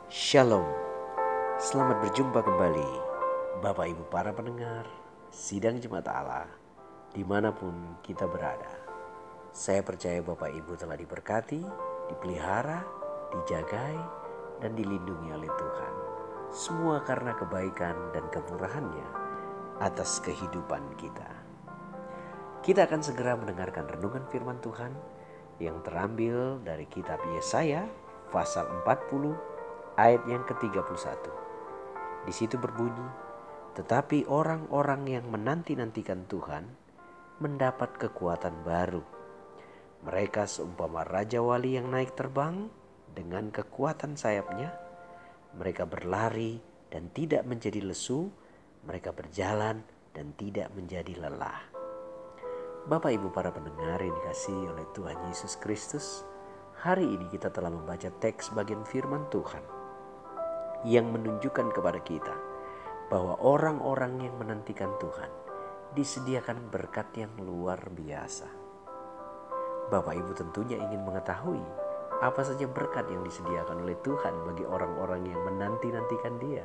Shalom, selamat berjumpa kembali Bapak Ibu para pendengar Sidang Jemaat Allah dimanapun kita berada. Saya percaya Bapak Ibu telah diberkati, dipelihara, dijagai, dan dilindungi oleh Tuhan. Semua karena kebaikan dan kemurahan-Nya atas kehidupan kita. Kita akan segera mendengarkan renungan firman Tuhan yang terambil dari kitab Yesaya pasal 40 ayat yang ke-31. Di situ berbunyi, "Tetapi orang-orang yang menanti-nantikan Tuhan mendapat kekuatan baru. Mereka seumpama raja wali yang naik terbang dengan kekuatan sayapnya. Mereka berlari dan tidak menjadi lesu, mereka berjalan dan tidak menjadi lelah." Bapak Ibu para pendengar yang dikasihi oleh Tuhan Yesus Kristus, hari ini kita telah membaca teks bagian firman Tuhan yang menunjukkan kepada kita bahwa orang-orang yang menantikan Tuhan disediakan berkat yang luar biasa. Bapak Ibu tentunya ingin mengetahui apa saja berkat yang disediakan oleh Tuhan bagi orang-orang yang menanti-nantikan Dia.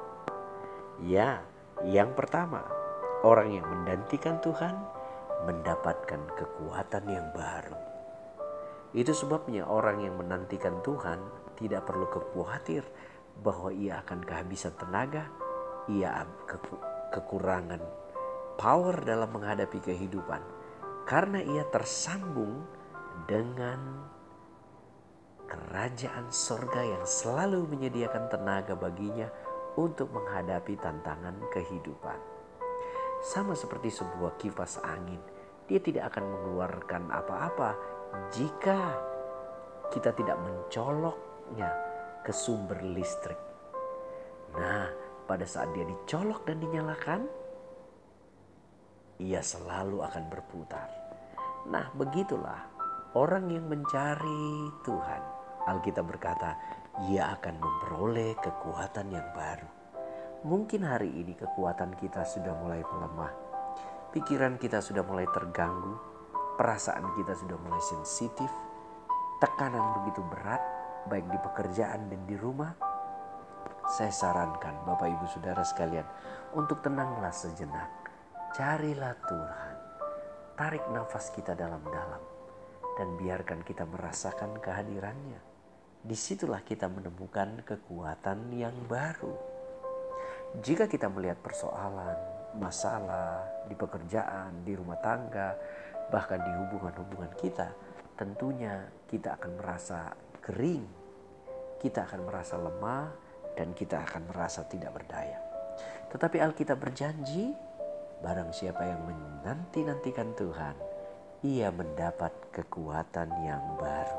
Ya, yang pertama, orang yang menantikan Tuhan mendapatkan kekuatan yang baru. Itu sebabnya orang yang menantikan Tuhan tidak perlu khawatir bahwa ia akan kehabisan tenaga, ia kekurangan power dalam menghadapi kehidupan, karena ia tersambung dengan kerajaan sorga yang selalu menyediakan tenaga baginya untuk menghadapi tantangan kehidupan. Sama seperti sebuah kipas angin, dia tidak akan mengeluarkan apa-apa jika kita tidak mencoloknya ke sumber listrik. Nah, pada saat dia dicolok dan dinyalakan, ia selalu akan berputar. Nah, begitulah orang yang mencari Tuhan. Alkitab berkata, ia akan memperoleh kekuatan yang baru. Mungkin hari ini kekuatan kita sudah mulai melemah. Pikiran kita sudah mulai terganggu. Perasaan kita sudah mulai sensitif. Tekanan begitu berat, baik di pekerjaan dan di rumah. Saya sarankan Bapak Ibu Saudara sekalian untuk tenanglah sejenak. Carilah Tuhan. Tarik nafas kita dalam-dalam dan biarkan kita merasakan kehadirannya. Disitulah kita menemukan kekuatan yang baru. Jika kita melihat persoalan, masalah di pekerjaan, di rumah tangga, bahkan di hubungan-hubungan kita, tentunya kita akan merasa kering, kita akan merasa lemah, dan kita akan merasa tidak berdaya. Tetapi Alkitab berjanji, barang siapa yang menanti-nantikan Tuhan, ia mendapat kekuatan yang baru.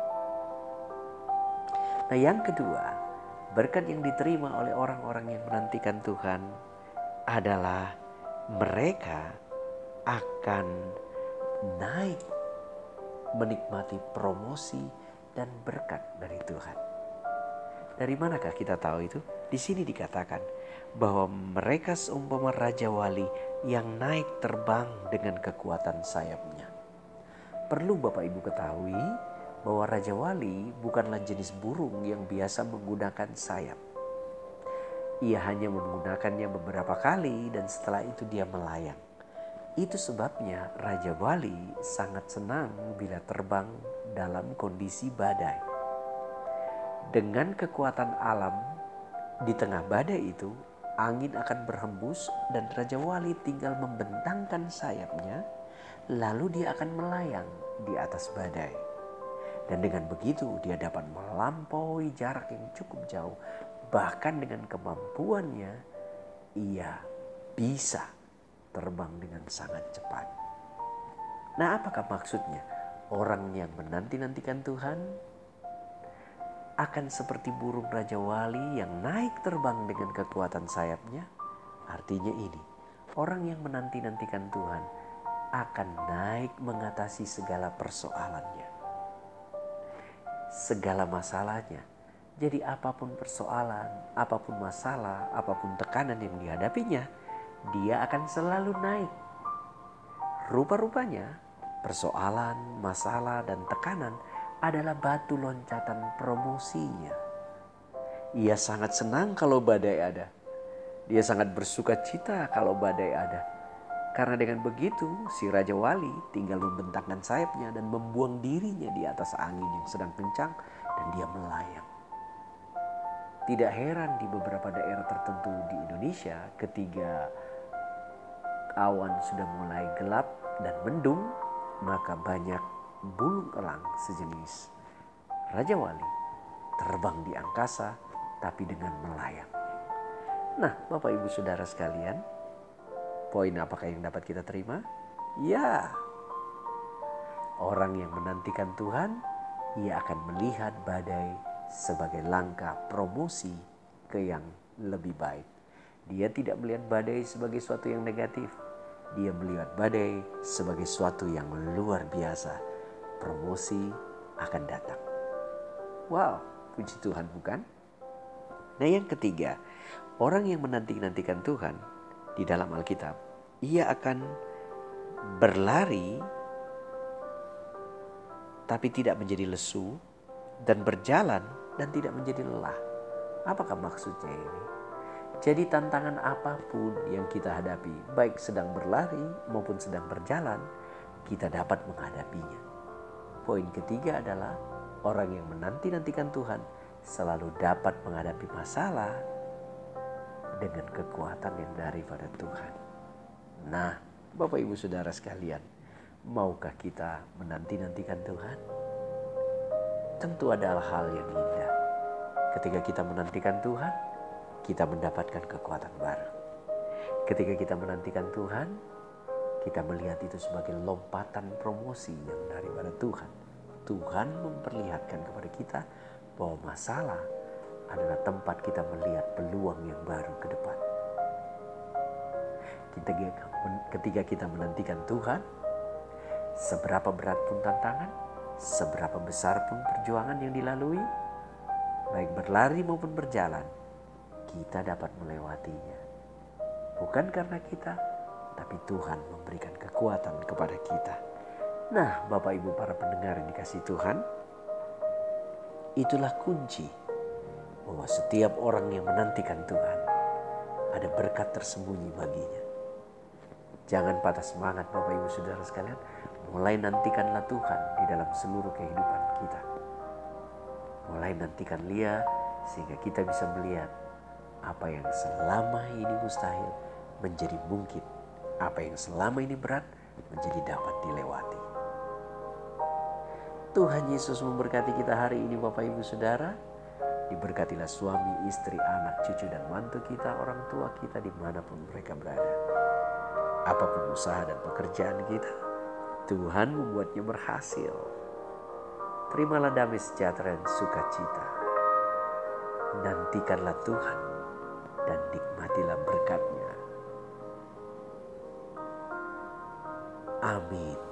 Nah, yang kedua, berkat yang diterima oleh orang-orang yang menantikan Tuhan adalah mereka akan naik menikmati promosi dan berkat dari Tuhan. Dari manakah kita tahu itu? Di sini dikatakan bahwa mereka seumpama raja wali yang naik terbang dengan kekuatan sayapnya. Perlu Bapak Ibu ketahui bahwa raja wali bukanlah jenis burung yang biasa menggunakan sayap. Ia hanya menggunakannya beberapa kali dan setelah itu dia melayang. Itu sebabnya raja wali sangat senang bila terbang dalam kondisi badai. Dengan kekuatan alam, di tengah badai itu, angin akan berhembus dan Raja Wali tinggal membentangkan sayapnya, lalu dia akan melayang di atas badai. Dan dengan begitu dia dapat melampaui jarak yang cukup jauh. Bahkan dengan kemampuannya, ia bisa terbang dengan sangat cepat. Nah, apakah maksudnya? Orang yang menanti-nantikan Tuhan akan seperti burung Raja Wali yang naik terbang dengan kekuatan sayapnya. Artinya ini, orang yang menanti-nantikan Tuhan akan naik mengatasi segala persoalannya, segala masalahnya. Jadi apapun persoalan, apapun masalah, apapun tekanan yang dihadapinya, dia akan selalu naik. Rupa-rupanya persoalan, masalah, dan tekanan adalah batu loncatan promosinya. Ia sangat senang kalau badai ada. Dia sangat bersuka cita kalau badai ada. Karena dengan begitu si Raja Wali tinggal membentangkan sayapnya dan membuang dirinya di atas angin yang sedang kencang dan dia melayang. Tidak heran di beberapa daerah tertentu di Indonesia ketika awan sudah mulai gelap dan mendung, maka banyak burung elang sejenis Raja Wali terbang di angkasa tapi dengan melayang. Nah, Bapak Ibu Saudara sekalian, poin apakah yang dapat kita terima? Ya, orang yang menantikan Tuhan, ia akan melihat badai sebagai langkah promosi ke yang lebih baik. Dia tidak melihat badai sebagai suatu yang negatif. Dia melihat badai sebagai suatu yang luar biasa. Promosi akan datang. Wow, puji Tuhan bukan? Nah yang ketiga, orang yang menanti-nantikan Tuhan di dalam Alkitab, ia akan berlari tapi tidak menjadi lesu dan berjalan dan tidak menjadi lelah. Apakah maksudnya ini? Jadi tantangan apapun yang kita hadapi, baik sedang berlari maupun sedang berjalan, kita dapat menghadapinya. Poin ketiga adalah orang yang menanti-nantikan Tuhan selalu dapat menghadapi masalah dengan kekuatan yang daripada Tuhan. Nah, Bapak Ibu Saudara sekalian, maukah kita menanti-nantikan Tuhan? Tentu adalah hal yang indah. Ketika kita menantikan Tuhan, kita mendapatkan kekuatan baru. Ketika kita menantikan Tuhan, kita melihat itu sebagai lompatan promosi yang daripada Tuhan. Tuhan memperlihatkan kepada kita bahwa masalah adalah tempat kita melihat peluang yang baru ke depan. Ketika kita menantikan Tuhan, seberapa berat pun tantangan, seberapa besar pun perjuangan yang dilalui, baik berlari maupun berjalan, kita dapat melewatinya. Bukan karena kita, tapi Tuhan memberikan kekuatan kepada kita. Nah, Bapak Ibu para pendengar yang dikasihi Tuhan, itulah kunci bahwa setiap orang yang menantikan Tuhan, ada berkat tersembunyi baginya. Jangan patah semangat Bapak Ibu Saudara sekalian, mulai nantikanlah Tuhan di dalam seluruh kehidupan kita. Mulai nantikan Dia sehingga kita bisa melihat apa yang selama ini mustahil menjadi mungkin. Apa yang selama ini berat menjadi dapat dilewati. Tuhan Yesus memberkati kita hari ini Bapak Ibu Saudara. Diberkatilah suami, istri, anak, cucu dan mantu kita, orang tua kita dimanapun mereka berada. Apapun usaha dan pekerjaan kita, Tuhan membuatnya berhasil. Terimalah damai sejahtera dan sukacita. Nantikanlah Tuhan dan nikmatilah berkat-Nya. Amin.